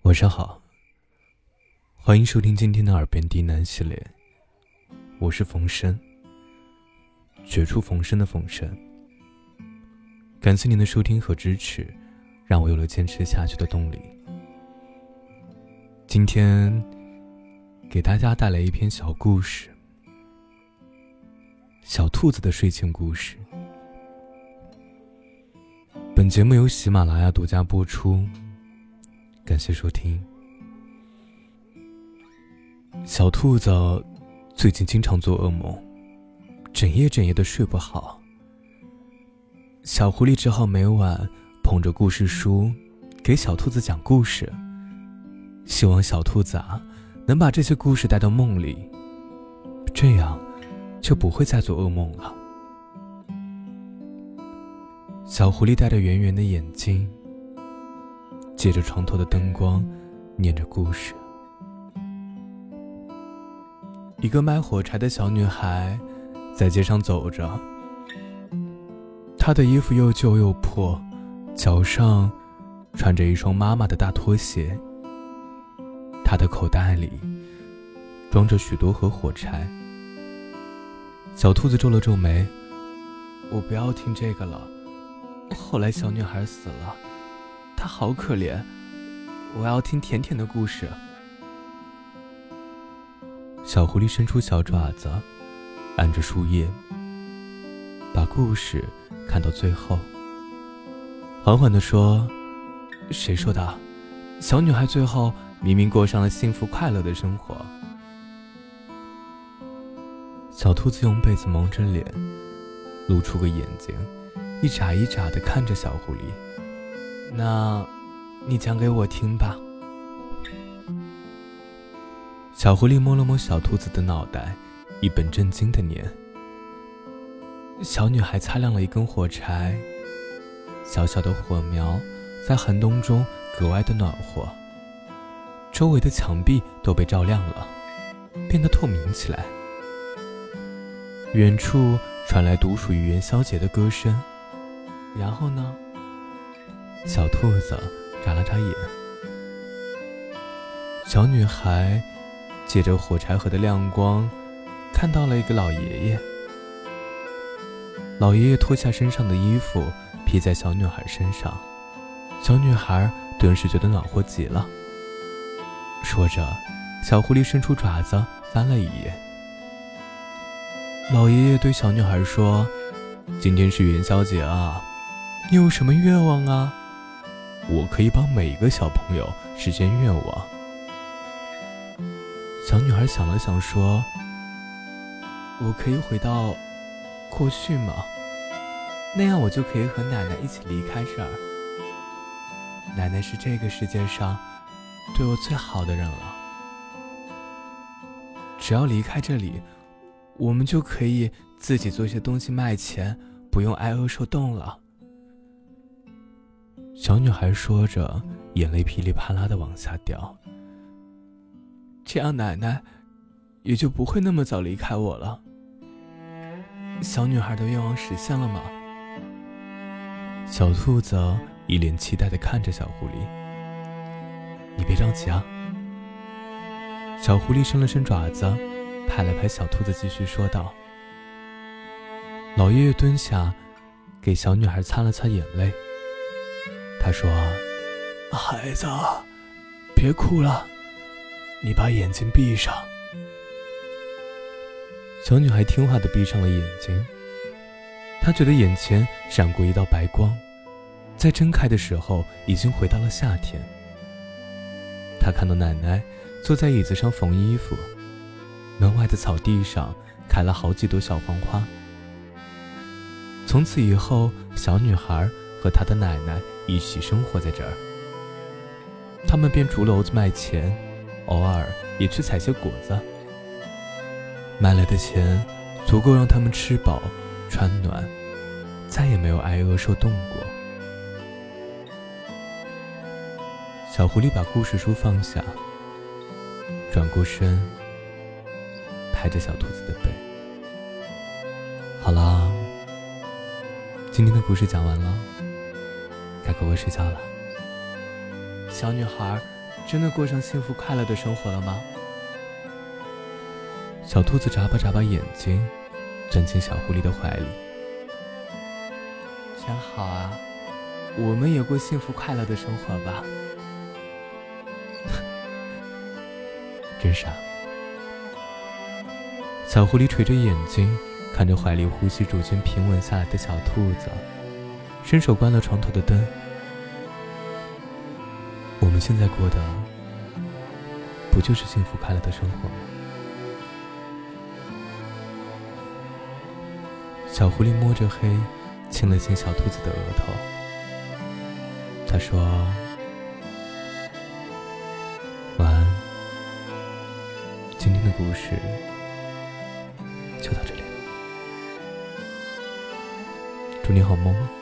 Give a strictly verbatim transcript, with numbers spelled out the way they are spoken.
晚上好，欢迎收听今天的耳边低喃系列，我是冯生，绝处逢生的冯生。感谢您的收听和支持，让我有了坚持下去的动力。今天给大家带来一篇小故事，小兔子的睡前故事。本节目由喜马拉雅独家播出，感谢收听。小兔子最近经常做噩梦，整夜整夜的睡不好。小狐狸只好每晚捧着故事书给小兔子讲故事，希望小兔子啊能把这些故事带到梦里，这样就不会再做噩梦了。小狐狸戴着圆圆的眼睛，借着床头的灯光念着故事。一个卖火柴的小女孩在街上走着，她的衣服又旧又破，脚上穿着一双妈妈的大拖鞋。她的口袋里装着许多盒火柴。小兔子皱了皱眉，我不要听这个了，后来小女孩死了，她好可怜，我要听甜甜的故事。小狐狸伸出小爪子，按着树叶，把故事看到最后，缓缓地说：谁说的？小女孩最后明明过上了幸福快乐的生活。小兔子用被子蒙着脸，露出个眼睛，一眨一眨地看着小狐狸。那你讲给我听吧。小狐狸摸了摸小兔子的脑袋，一本正经地念。小女孩擦亮了一根火柴，小小的火苗在寒冬中格外的暖和，周围的墙壁都被照亮了，变得透明起来。远处传来独属于元宵节的歌声。然后呢？小兔子眨了眨眼。小女孩借着火柴盒的亮光，看到了一个老爷爷。老爷爷脱下身上的衣服披在小女孩身上，小女孩顿时觉得暖和极了。说着，小狐狸伸出爪子翻了一页。老爷爷对小女孩说：今天是元宵节啊，你有什么愿望啊？我可以帮每一个小朋友实现愿望。小女孩想了想说：我可以回到过去吗？那样我就可以和奶奶一起离开这儿。奶奶是这个世界上对我最好的人了。只要离开这里，我们就可以自己做些东西卖钱，不用挨饿受冻了。小女孩说着，眼泪噼里啪啦地往下掉。这样奶奶也就不会那么早离开我了。小女孩的愿望实现了吗？小兔子一脸期待地看着小狐狸。你别着急啊。小狐狸伸了伸爪子，拍了拍小兔子，继续说道。老爷爷蹲下，给小女孩擦了擦眼泪。他说：孩子，别哭了，你把眼睛闭上。小女孩听话地闭上了眼睛。她觉得眼前闪过一道白光，在睁开的时候已经回到了夏天。她看到奶奶坐在椅子上缝衣服，门外的草地上开了好几朵小黄花。从此以后，小女孩和她的奶奶一起生活在这儿。他们便竹篓子卖钱，偶尔也去采些果子。买来的钱足够让他们吃饱穿暖，再也没有挨饿受冻过。小狐狸把故事书放下，转过身，拍着小兔子的背。好啦，今天的故事讲完了，该乖乖睡觉了。小女孩， 真的过上幸福快乐的生活了吗？小兔子眨巴眨巴眼睛，钻进小狐狸的怀里。真好啊，我们也过幸福快乐的生活吧。真傻。小狐狸垂着眼睛，看着怀里呼吸逐渐平稳下来的小兔子，伸手关了床头的灯。我们现在过的不就是幸福快乐的生活吗？小狐狸摸着黑，亲了亲小兔子的额头。他说：晚安，今天的故事就到这里了，祝你好梦。